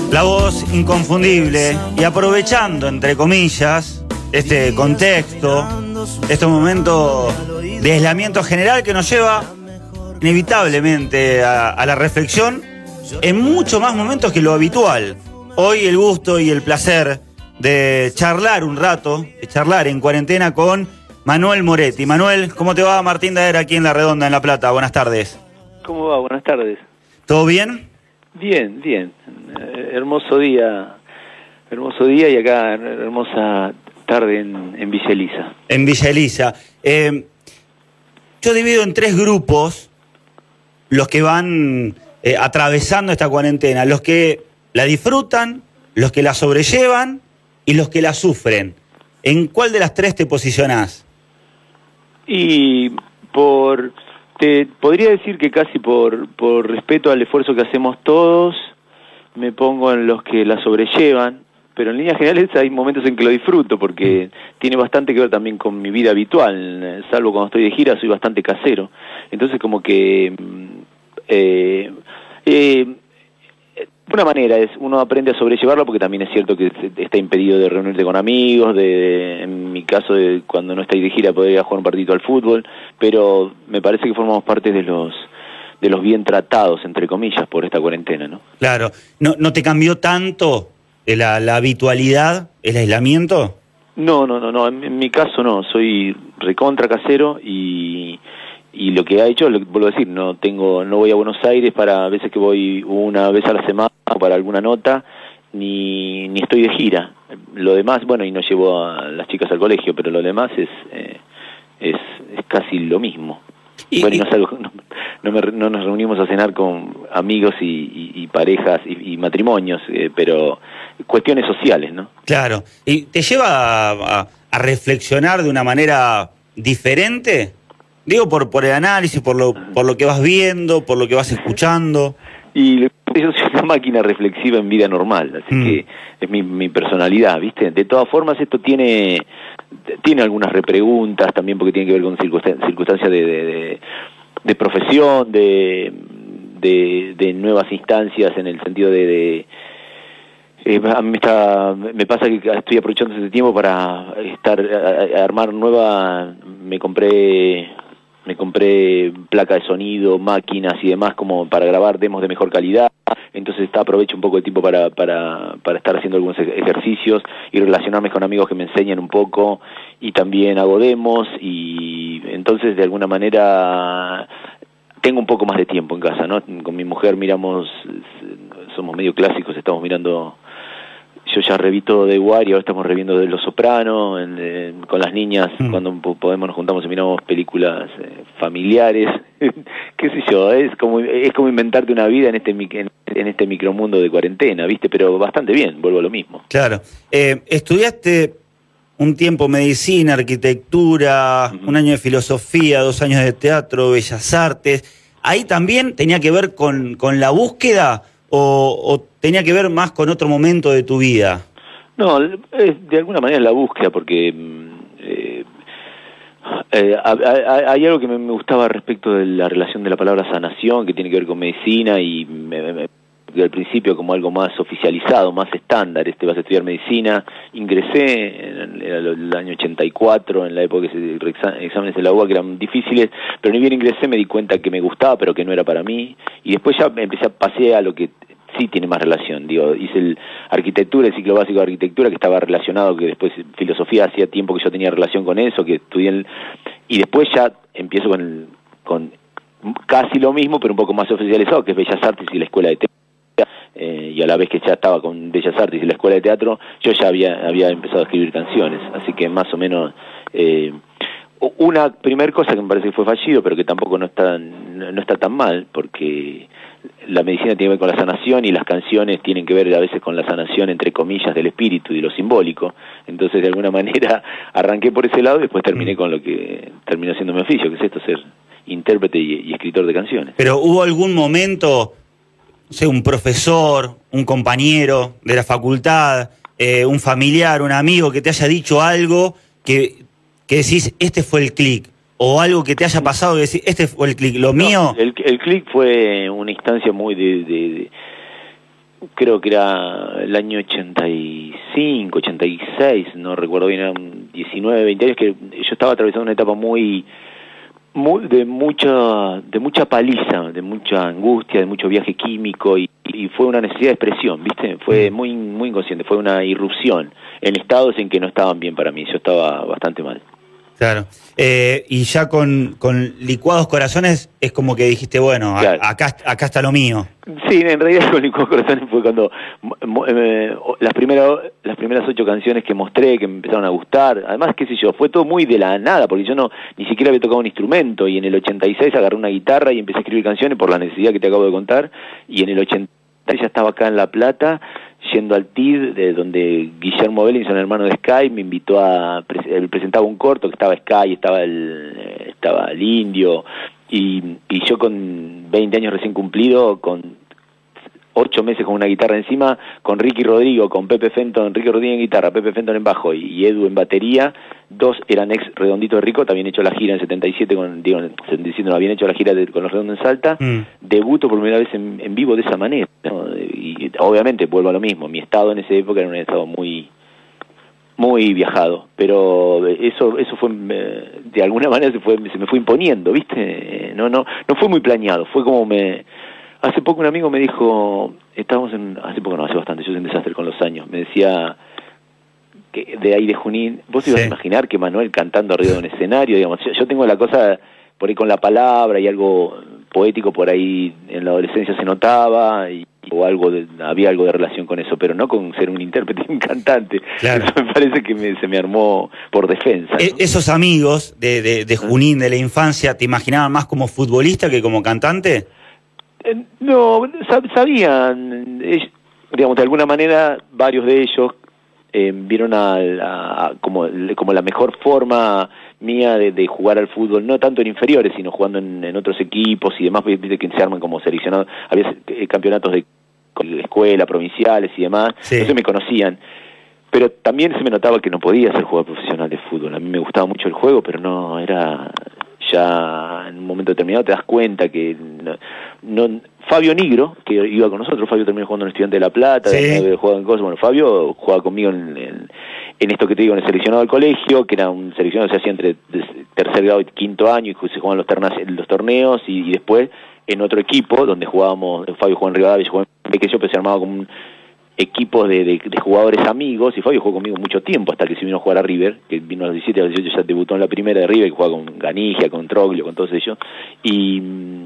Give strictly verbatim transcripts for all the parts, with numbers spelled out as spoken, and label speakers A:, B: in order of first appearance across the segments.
A: La voz inconfundible y aprovechando, entre comillas, este contexto, este momento de aislamiento general que nos lleva inevitablemente a, a la reflexión en mucho más momentos que lo habitual. Hoy el gusto y el placer de charlar un rato, de charlar en cuarentena con Manuel Moretti. Manuel, ¿cómo te va? Martín Daer aquí en La Redonda, en La Plata. Buenas tardes.
B: ¿Cómo va? Buenas tardes.
A: ¿Todo bien?
B: Bien, bien. Eh, hermoso día, hermoso día y acá hermosa tarde en, en Villa Elisa.
A: En Villa Elisa. Eh, yo divido en tres grupos los que van eh, atravesando esta cuarentena. Los que la disfrutan, los que la sobrellevan y los que la sufren. ¿En cuál de las tres te posicionás?
B: Y por... Te podría decir que casi por, por respeto al esfuerzo que hacemos todos, me pongo en los que la sobrellevan, pero en líneas generales hay momentos en que lo disfruto, porque tiene bastante que ver también con mi vida habitual, salvo cuando estoy de gira, soy bastante casero. Entonces como que... Eh, eh, de una manera, es uno aprende a sobrellevarlo porque también es cierto que está impedido de reunirte con amigos, de, de en mi caso, de cuando no estáis de gira, poder ir a jugar un partido al fútbol, pero me parece que formamos parte de los de los bien tratados, entre comillas, por esta cuarentena, ¿no? Claro.
A: ¿No, no te cambió tanto la, la habitualidad, el aislamiento?
B: No, no, no, no, en, en mi caso no, soy recontra casero y... Y lo que ha hecho, lo que vuelvo a decir, no tengo, no voy a Buenos Aires para a veces que voy una vez a la semana para alguna nota, ni, ni estoy de gira. Lo demás, bueno, y no llevo a las chicas al colegio, pero lo demás es eh, es, es casi lo mismo. Y, bueno, y no, salgo, no, no, me, no nos reunimos a cenar con amigos y, y, y parejas y, y matrimonios, eh, pero cuestiones sociales, ¿no?
A: Claro. ¿Y te lleva a, a, a reflexionar de una manera diferente? Digo, por por el análisis, por lo por lo que vas viendo, por lo que vas escuchando.
B: Y yo soy una máquina reflexiva en vida normal, así mm. que es mi, mi personalidad, ¿viste? De todas formas, esto tiene tiene algunas repreguntas también, porque tiene que ver con circunstancias circunstancias de, de, de, de profesión, de, de, de nuevas instancias en el sentido de... de Eh, a mí me, está, me pasa que estoy aprovechando ese tiempo para estar a, a armar nueva... Me compré... Me compré placa de sonido, máquinas y demás como para grabar demos de mejor calidad, entonces está, aprovecho un poco de tiempo para, para, para estar haciendo algunos ejercicios y relacionarme con amigos que me enseñan un poco, y también hago demos, y entonces de alguna manera tengo un poco más de tiempo en casa, ¿no? Con mi mujer miramos, somos medio clásicos, estamos mirando... Yo ya reví todo de War y ahora estamos reviendo de Los Soprano, en, en, con las niñas, mm. cuando podemos nos juntamos y miramos películas eh, familiares, qué sé yo, es como es como inventarte una vida en este en, en este micromundo de cuarentena, ¿viste? Pero bastante bien, vuelvo a lo mismo.
A: Claro. Eh, estudiaste un tiempo medicina, arquitectura, uh-huh. un año de filosofía, dos años de teatro, bellas artes. ¿Ahí también tenía que ver con, con la búsqueda o, o tenía que ver más con otro momento de tu vida?
B: No, es de alguna manera la búsqueda, porque eh, eh, hay algo que me gustaba respecto de la relación de la palabra sanación, que tiene que ver con medicina, y me, me, al principio como algo más oficializado, más estándar. Este, vas a estudiar medicina. Ingresé en el, el año ochenta y cuatro, en la época que se exámenes de la U A que eran difíciles, pero ni bien ingresé me di cuenta que me gustaba, pero que no era para mí, y después ya empecé a pasé a lo que sí tiene más relación. Digo, hice el arquitectura, el ciclo básico de arquitectura, que estaba relacionado, que después filosofía, hacía tiempo que yo tenía relación con eso, que estudié el, y después ya empiezo con el, con casi lo mismo, pero un poco más oficializado, que es Bellas Artes y la Escuela de Teatro. Eh, y a la vez que ya estaba con Bellas Artes y la Escuela de Teatro, yo ya había había empezado a escribir canciones, así que más o menos eh, una primer cosa que me parece que fue fallido, pero que tampoco no está no está tan mal, porque la medicina tiene que ver con la sanación y las canciones tienen que ver a veces con la sanación, entre comillas, del espíritu y de lo simbólico. Entonces, de alguna manera, arranqué por ese lado y después terminé con lo que terminó siendo mi oficio, que es esto, ser intérprete y, y escritor de canciones.
A: Pero ¿hubo algún momento, no sé, un profesor, un compañero de la facultad, eh, un familiar, un amigo que te haya dicho algo que, que decís, este fue el clic? O algo que te haya pasado y decir, este fue el clic, lo mío...
B: No, el, el clic fue una instancia muy de, de, de creo que era el año ochenta y cinco, ochenta y seis, no recuerdo bien, eran diecinueve, veinte años, que yo estaba atravesando una etapa muy, muy de mucha de mucha paliza, de mucha angustia, de mucho viaje químico, y, y fue una necesidad de expresión, ¿viste? Fue muy muy inconsciente, fue una irrupción en estados en que no estaban bien para mí, yo estaba bastante mal.
A: Claro. Eh, y ya con, con Licuados Corazones es como que dijiste, bueno,
B: Claro.
A: a, acá, acá está lo mío.
B: Sí, en realidad con Licuados Corazones fue cuando eh, las primeras las primeras ocho canciones que mostré, que me empezaron a gustar, además, qué sé yo, fue todo muy de la nada, porque yo no ni siquiera había tocado un instrumento, y en el ochenta y seis agarré una guitarra y empecé a escribir canciones por la necesidad que te acabo de contar, y en el ochenta y seis ya estaba acá en La Plata, yendo al T I D, de donde Guillermo Bellinson, hermano de Sky, me invitó a él presentaba un corto, que estaba Sky, estaba el estaba el Indio, y, y yo con veinte años recién cumplido, con ocho meses con una guitarra encima, con Ricky Rodrigo, con Pepe Fenton, Ricky Rodrigo en guitarra, Pepe Fenton en bajo y, y Edu en batería, dos eran ex Redondito de Rico, también hecho la gira en setenta y siete, con, digo, en setenta y siete no habían hecho la gira de, con los Redondos en Salta, mm. debuto por primera vez en, en vivo de esa manera, ¿no? Y obviamente vuelvo a lo mismo, mi estado en esa época era un estado muy muy viajado, pero eso eso fue de alguna manera se fue se me fue imponiendo, ¿viste? No no no fue muy planeado, fue como me hace poco un amigo me dijo, estábamos en hace poco no, hace bastante, yo soy un desastre con los años, me decía que de ahí de Junín, vos te ibas sí. a imaginar que Manuel cantando arriba de un escenario, digamos, yo, yo tengo la cosa por ahí con la palabra y algo poético por ahí en la adolescencia se notaba y o algo de, había algo de relación con eso, pero no con ser un intérprete y un cantante. Claro. Eso me parece que me, se me armó por defensa, ¿no?
A: ¿Esos amigos de, de, de Junín, de la infancia, te imaginaban más como futbolista que como cantante?
B: Eh, no, sab sabían, ellos, digamos, de alguna manera varios de ellos eh, vieron a, a, a como, como la mejor forma mía de, de jugar al fútbol, no tanto en inferiores, sino jugando en, en otros equipos y demás, viste que se arman como seleccionados, había campeonatos de escuela, provinciales y demás, sí. Entonces me conocían, pero también se me notaba que no podía ser jugador profesional de fútbol, a mí me gustaba mucho el juego, pero no, era ya en un momento determinado te das cuenta que no, no Fabio Nigro, que iba con nosotros, Fabio terminó jugando en Estudiante de La Plata, sí. jugaba en cosas, bueno, Fabio jugaba conmigo en, en, en esto que te digo, en el seleccionado del colegio, que era un seleccionado que se hacía entre tercer grado y quinto año, y se jugaban los, ternas, los torneos, y, y después en otro equipo, donde jugábamos, Fabio jugó en Rivadavia, yo jugaba en Pequeño, pero se armaba como un equipo de, de, de jugadores amigos, y Fabio jugó conmigo mucho tiempo, hasta que se vino a jugar a River, que vino a los diecisiete, a los dieciocho ya debutó en la primera de River, que jugaba con Ganigia, con Troglio, con todos ellos, y,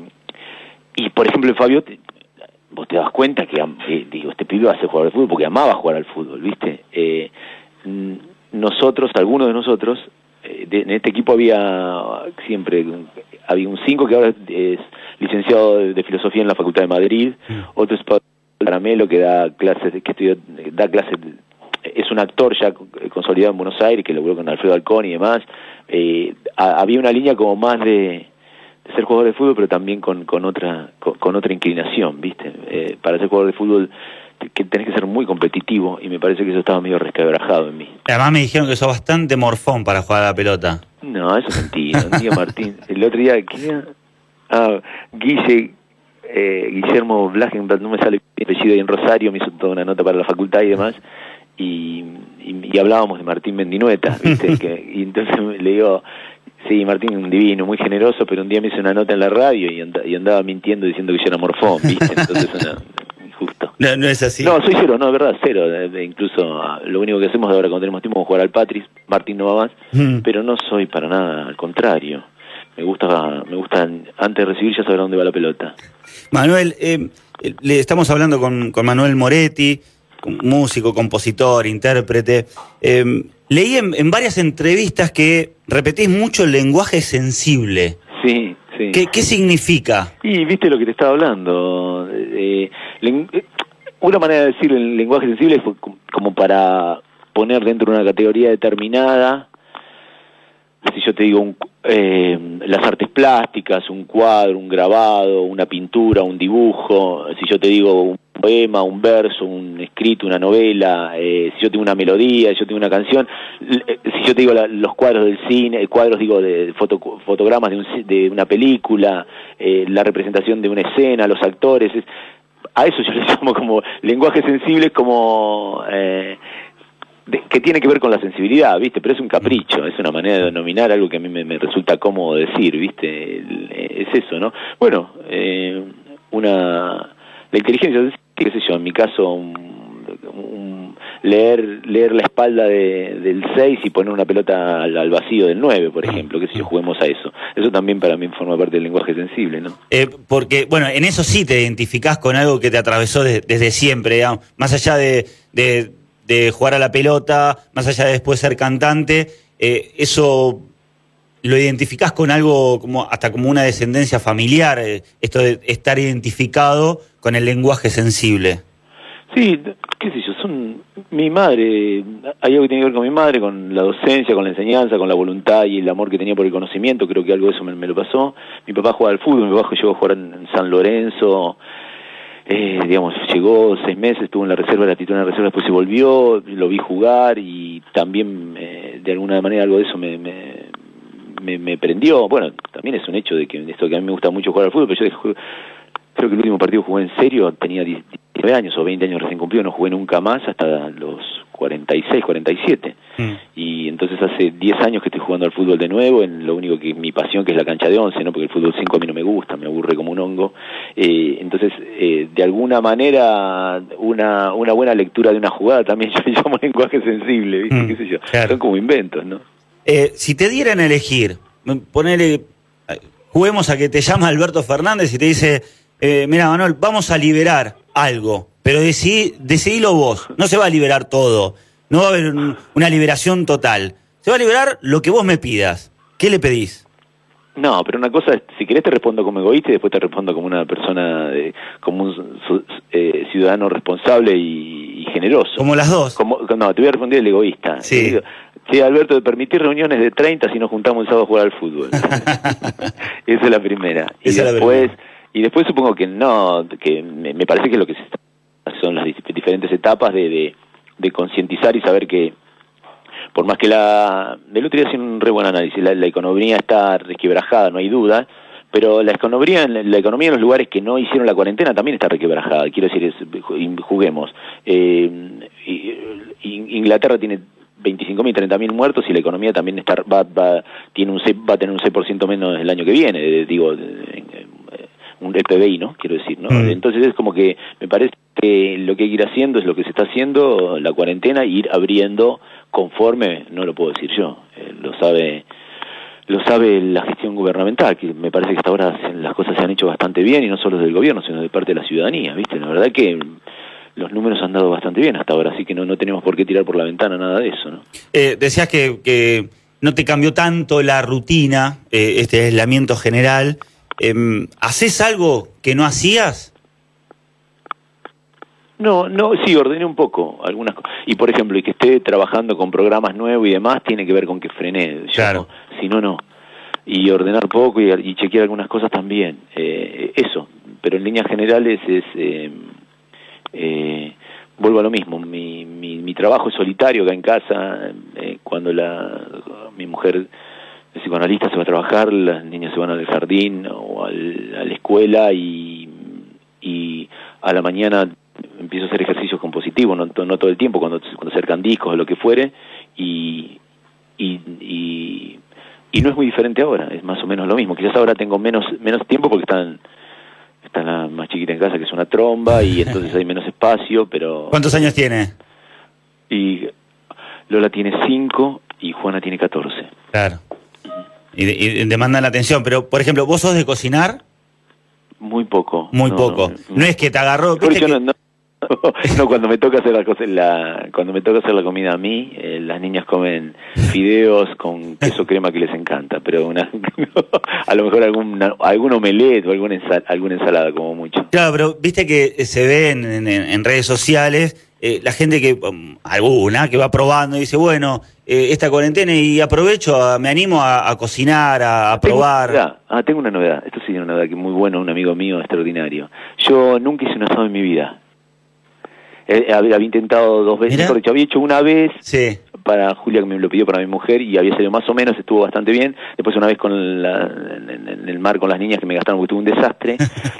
B: y por ejemplo, Fabio, te, vos te das cuenta que, eh, digo, este pibe va a ser jugador de fútbol, porque amaba jugar al fútbol, ¿viste? Eh, nosotros, algunos de nosotros, eh, de, en este equipo había siempre, había un cinco que ahora es licenciado de, de Filosofía en la Facultad de Madrid, mm. otro es Caramelo, que da clases, que estudió, da clases, es un actor ya consolidado en Buenos Aires, que logró con Alfredo Alcón y demás. Eh, a, había una línea como más de, de ser jugador de fútbol, pero también con, con otra con, con otra inclinación, ¿viste? Eh, para ser jugador de fútbol que tenés que ser muy competitivo, y me parece que eso estaba medio resquebrajado en mí.
A: Además me dijeron que sos bastante morfón para jugar a la pelota.
B: No, eso es mentira. Un día Martín, el otro día, ¿quién? Ah, Guille... Eh, Guillermo Blagenblatt, no me sale bien apellido, ahí en Rosario, me hizo toda una nota para la facultad y demás, y, y, y hablábamos de Martín Mendinueta, ¿viste? que, y entonces le digo, sí, Martín un divino, muy generoso, pero un día me hizo una nota en la radio y, and y andaba mintiendo diciendo que yo era morfón, ¿viste? Entonces una, injusto.
A: No, no es así.
B: No, soy cero, no, de verdad, cero. De, incluso lo único que hacemos ahora cuando tenemos tiempo es jugar al Patris, Martín no va más, mm. pero no soy para nada, al contrario. Me gusta, me gusta antes de recibir ya saber dónde va la pelota.
A: Manuel, eh, le estamos hablando con, con Manuel Moretti, músico, compositor, intérprete. Eh, leí en, en varias entrevistas que repetís mucho el lenguaje sensible.
B: Sí, sí.
A: ¿Qué, qué significa?
B: Y viste lo que te estaba hablando. Eh, una manera de decir el lenguaje sensible es como para poner dentro de una categoría determinada. Si yo te digo un, eh, las artes plásticas, un cuadro, un grabado, una pintura, un dibujo, si yo te digo un poema, un verso, un escrito, una novela, eh, si yo tengo una melodía, si yo tengo una canción, si yo te digo la, los cuadros del cine, cuadros digo de foto, fotogramas de, un, de una película, eh, la representación de una escena, los actores, es, a eso yo le llamo como lenguaje sensible, como eh, de, que tiene que ver con la sensibilidad, ¿viste? Pero es un capricho, es una manera de denominar algo que a mí me, me resulta cómodo decir, ¿viste? El, es eso, ¿no? Bueno, eh, una la inteligencia, qué sé yo, en mi caso un, un, leer leer la espalda de, del seis y poner una pelota al, al vacío del nueve, por ejemplo, qué sé yo, juguemos a eso. Eso también para mí forma parte del lenguaje sensible, ¿no?
A: Eh, porque, bueno, en eso sí te identificás con algo que te atravesó de, desde siempre, digamos, más allá de, de, de jugar a la pelota, más allá de después ser cantante, eh, eso lo identificás con algo como hasta como una descendencia familiar, eh, esto de estar identificado con el lenguaje sensible.
B: Sí, qué sé yo, son mi madre, hay algo que tiene que ver con mi madre, con la docencia, con la enseñanza, con la voluntad y el amor que tenía por el conocimiento, creo que algo de eso me, me lo pasó. Mi papá jugaba al fútbol, mi papá llegó a jugar en, en San Lorenzo, eh, digamos, llegó seis meses, estuvo en la reserva, la titular en la reserva, después se volvió, lo vi jugar y también eh, de alguna manera algo de eso me, me, me, me prendió. Bueno, también es un hecho de que esto que a mí me gusta mucho jugar al fútbol, pero yo dejé, creo que el último partido jugué en serio, tenía diecinueve años o veinte años recién cumplido, no jugué nunca más hasta los cuarenta y seis, cuarenta y siete. Mm. Y entonces hace diez años que estoy jugando al fútbol de nuevo, en lo único que mi pasión, que es la cancha de once, ¿no? Porque el fútbol cinco a mí no me gusta, me aburre como un hongo. Eh, entonces, eh, de alguna manera, una una buena lectura de una jugada también yo le llamo lenguaje sensible, ¿viste? Mm, ¿Qué sé yo? Claro. Son como inventos, ¿no?
A: Eh, si te dieran a elegir, ponele, juguemos a que te llama Alberto Fernández y te dice... Eh, mira, Manuel, vamos a liberar algo, pero decidí, decidilo vos. No se va a liberar todo, no va a haber un, una liberación total. Se va a liberar lo que vos me pidas. ¿Qué le pedís?
B: No, pero una cosa es, si querés te respondo como egoísta y después te respondo como una persona, de, como un eh, ciudadano responsable y, y generoso.
A: Como las dos.
B: Como, no, te voy a responder el egoísta.
A: Sí.
B: Digo, sí, Alberto, de permitir reuniones de treinta si nos juntamos el sábado a jugar al fútbol. Esa es la primera. Y
A: Esa
B: después...
A: la primera.
B: Y después supongo que no, que me, me parece que lo que se está, son las diferentes etapas de, de, de concientizar y saber que, por más que la... El otro día hacía un re buen análisis, la, la economía está resquebrajada, no hay duda, pero la economía, la economía en los lugares que no hicieron la cuarentena también está resquebrajada. Quiero decir, es, juguemos. Eh, Inglaterra tiene veinticinco mil, treinta mil muertos y la economía también está, va, va, tiene un, va a tener un seis por ciento menos el año que viene, digo... un F B I, ¿no? Quiero decir, ¿no? Mm. Entonces es como que me parece que lo que hay que ir haciendo es lo que se está haciendo, la cuarentena, ir abriendo conforme, no lo puedo decir yo, eh, lo sabe lo sabe la gestión gubernamental, que me parece que hasta ahora las cosas se han hecho bastante bien, y no solo del gobierno, sino de parte de la ciudadanía, ¿viste? La verdad que los números han dado bastante bien hasta ahora, así que no, no tenemos por qué tirar por la ventana nada de eso, ¿no?
A: Eh, decías que, que no te cambió tanto la rutina, eh, este aislamiento general. Eh, ¿Haces algo que no hacías?
B: No, no, sí, ordené un poco algunas cosas. Y por ejemplo, y que esté trabajando con programas nuevos y demás, tiene que ver con que frené. Yo,
A: claro.
B: No, si no, no. Y ordenar poco y, y chequear algunas cosas también. Eh, eso. Pero en líneas generales es... Eh, eh, vuelvo a lo mismo. Mi, mi, mi trabajo es solitario acá en casa. Eh, cuando la mi mujer... El psicoanalista se va a trabajar, las niñas se van al jardín o al, a la escuela y, y a la mañana empiezo a hacer ejercicios compositivos, no, no todo el tiempo, cuando, cuando acercan discos o lo que fuere, y, y, y, y no es muy diferente ahora, es más o menos lo mismo. Quizás ahora tengo menos menos tiempo porque están, está la más chiquita en casa, que es una tromba, y entonces hay menos espacio, pero...
A: ¿Cuántos años tiene?
B: Y Lola tiene cinco y Juana tiene catorce.
A: Claro. Y, de, y demandan la atención, pero por ejemplo, ¿vos sos de cocinar?
B: Muy poco.
A: Muy
B: no,
A: poco. No, no es que te agarró...
B: ¿viste que...
A: no,
B: no, no, cuando me toca hacer la cosa, la, cuando me toca hacer la comida a mí, eh, las niñas comen fideos con queso crema que les encanta, pero una a lo mejor algún algún omelette o alguna ensal, alguna ensalada como mucho.
A: Claro, pero viste que se ve en, en, en redes sociales eh, la gente que, um, alguna, que va probando y dice, bueno, eh, esta cuarentena y aprovecho, a, me animo a, a cocinar, a, a probar.
B: Tengo, ah, tengo una novedad, esto sí es una novedad que es muy bueno, un amigo mío extraordinario. Yo nunca hice un asado en mi vida. Eh, había intentado dos veces, porque yo había hecho una vez,
A: sí.
B: para Julia, que me lo pidió para mi mujer, y había salido más o menos, estuvo bastante bien. Después una vez con la, en, en el mar con las niñas que me gastaron, porque tuve un desastre.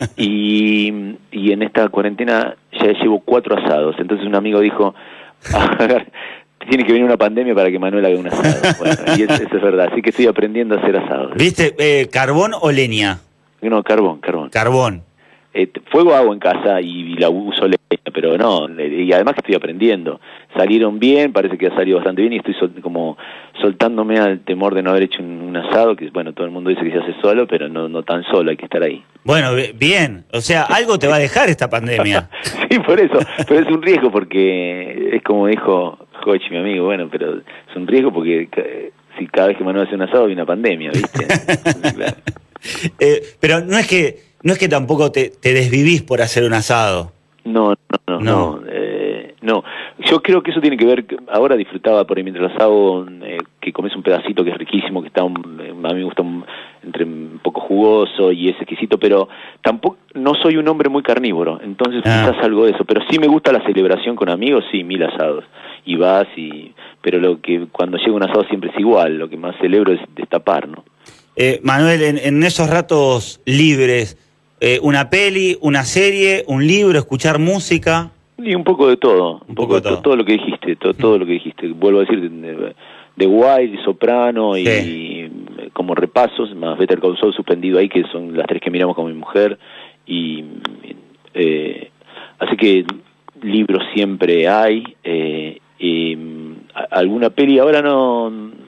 B: y, y en esta cuarentena ya llevo cuatro asados. Entonces un amigo dijo, a ver, tiene que venir una pandemia para que Manuel haga un asado. Bueno, y eso, eso es verdad, así que estoy aprendiendo a hacer asados.
A: ¿Viste? Eh, ¿Carbón o leña?
B: No, carbón, carbón.
A: Carbón.
B: Eh, fuego hago en casa y, y la uso leña, pero no, y además que estoy aprendiendo. Salieron bien, parece que ha salido bastante bien y estoy sol, como soltándome al temor de no haber hecho un, un asado, que bueno, todo el mundo dice que se hace solo, pero no, no tan solo, hay que estar ahí.
A: Bueno, bien, o sea, algo te va a dejar esta pandemia.
B: Sí, por eso, pero es un riesgo porque es como dijo Jochi, mi amigo, bueno, pero es un riesgo porque si cada vez que Manuel hace un asado hay una pandemia, ¿viste? Claro.
A: eh, pero no es que no es que tampoco te, te desvivís por hacer un asado.
B: No, no, no, no. no. Eh, no. Yo creo que eso tiene que ver, ahora disfrutaba por ahí mientras lo hago, eh, que comes un pedacito que es riquísimo, que está, un, a mí me gusta un, entre un poco jugoso y es exquisito, pero tampoco, no soy un hombre muy carnívoro, entonces ah. quizás algo de eso, pero sí me gusta la celebración con amigos, sí, mil asados, y vas y, pero lo que, cuando llega un asado siempre es igual, lo que más celebro es destapar, ¿no?
A: Eh, Manuel, en, en esos ratos libres, eh, una peli, una serie, un libro, escuchar música.
B: Y un poco de todo, un, un poco, poco de todo. todo, todo lo que dijiste, todo, todo lo que dijiste. Vuelvo a decir, de, de Wild, Soprano y, sí. y como repasos, más Better Call Saul suspendido ahí, que son las tres que miramos con mi mujer. Y eh, así que libros siempre hay. Eh, y alguna peli ahora no...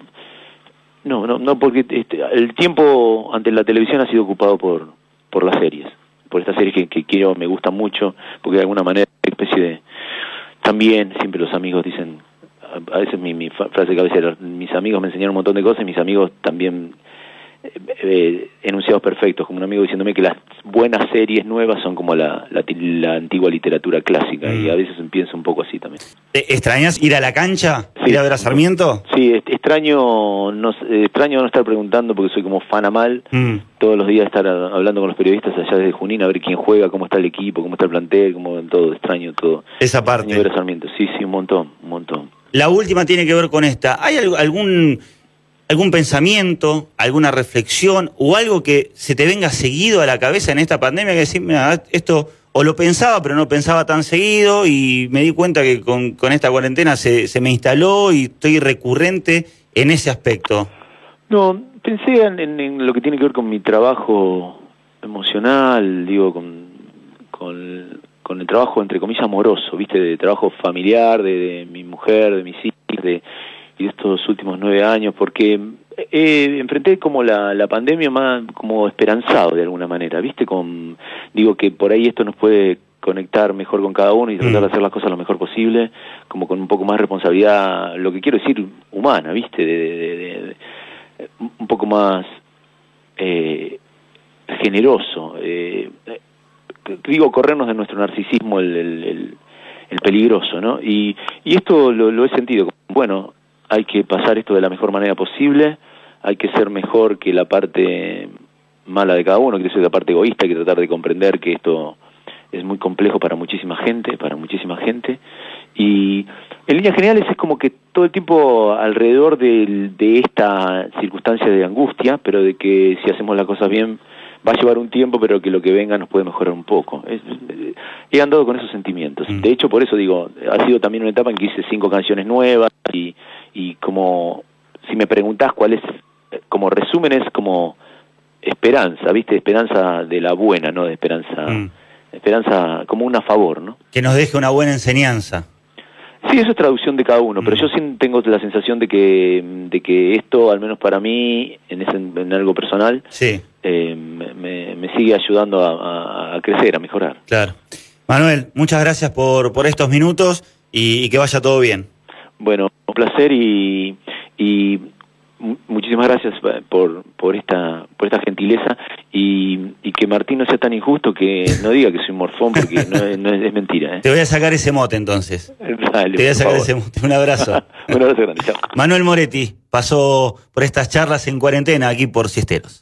B: No, no, no, porque este, el tiempo ante la televisión ha sido ocupado por, por las series. Por estas series que, que quiero, me gustan mucho, porque de alguna manera especie de... También, siempre los amigos dicen, a, a veces mi, mi frase cabecera, mis amigos me enseñaron un montón de cosas y mis amigos también, eh, eh, enunciados perfectos, como un amigo diciéndome que las buenas series nuevas son como la, la, la antigua literatura clásica, mm. y a veces pienso un poco así también.
A: ¿Extrañas ir a la cancha? Sí. ¿Ir a ver a Sarmiento?
B: Sí, extraño no, extraño no estar preguntando porque soy como fan a mal, mm. todos los días estar hablando con los periodistas allá desde Junín a ver quién juega, cómo está el equipo, cómo está el plantel, cómo todo, extraño todo.
A: Esa parte.
B: Extraño ver a Sarmiento, sí, sí, un montón, un montón.
A: La última tiene que ver con esta. ¿Hay algún, algún pensamiento, alguna reflexión o algo que se te venga seguido a la cabeza en esta pandemia que decís, mira, esto... O lo pensaba, pero no pensaba tan seguido y me di cuenta que con, con esta cuarentena se, se me instaló y estoy recurrente en ese aspecto?
B: No, pensé en, en, en lo que tiene que ver con mi trabajo emocional, digo, con, con, con el trabajo, entre comillas, amoroso, ¿viste? De trabajo familiar, de, de mi mujer, de mis hijos, de, y de estos últimos nueve años, porque... Eh, enfrenté como la, la pandemia más como esperanzado de alguna manera, ¿viste? Con, digo que por ahí esto nos puede conectar mejor con cada uno y tratar de hacer las cosas lo mejor posible, como con un poco más de responsabilidad, lo que quiero decir, humana, ¿viste? De, de, de, de, un poco más eh, generoso. Eh, digo, corrernos de nuestro narcisismo el, el, el, el peligroso, ¿no? Y, y esto lo, lo he sentido, bueno... Hay que pasar esto de la mejor manera posible, hay que ser mejor que la parte mala de cada uno, que es la parte egoísta, hay que tratar de comprender que esto es muy complejo para muchísima gente, para muchísima gente, y en líneas generales es como que todo el tiempo alrededor de, de esta circunstancia de angustia, pero de que si hacemos las cosas bien va a llevar un tiempo, pero que lo que venga nos puede mejorar un poco. Es, he andado con esos sentimientos. Mm. De hecho, por eso digo, ha sido también una etapa en que hice cinco canciones nuevas y, y como, si me preguntás cuál es, como resumen es como esperanza, ¿viste? Esperanza de la buena, no de esperanza, mm. esperanza como una favor, ¿no? Que nos deje una buena enseñanza. Sí, eso es traducción de cada uno, mm. pero yo sí tengo la sensación de que de que esto, al menos para mí, en, ese, en algo personal, sí. eh, me, me sigue ayudando a, a, a crecer, a mejorar. Claro. Manuel, muchas gracias por, por estos minutos y, y que vaya todo bien. Bueno, un placer y, y muchísimas gracias por por esta por esta gentileza y, y que Martín no sea tan injusto que no diga que soy morfón porque no, no es, es mentira, ¿eh? Te voy a sacar ese mote entonces. Dale, te voy a sacar favor. ese mote. Un abrazo. Un abrazo grande. Chao. Manuel Moretti pasó por estas charlas en cuarentena aquí por Siesteros.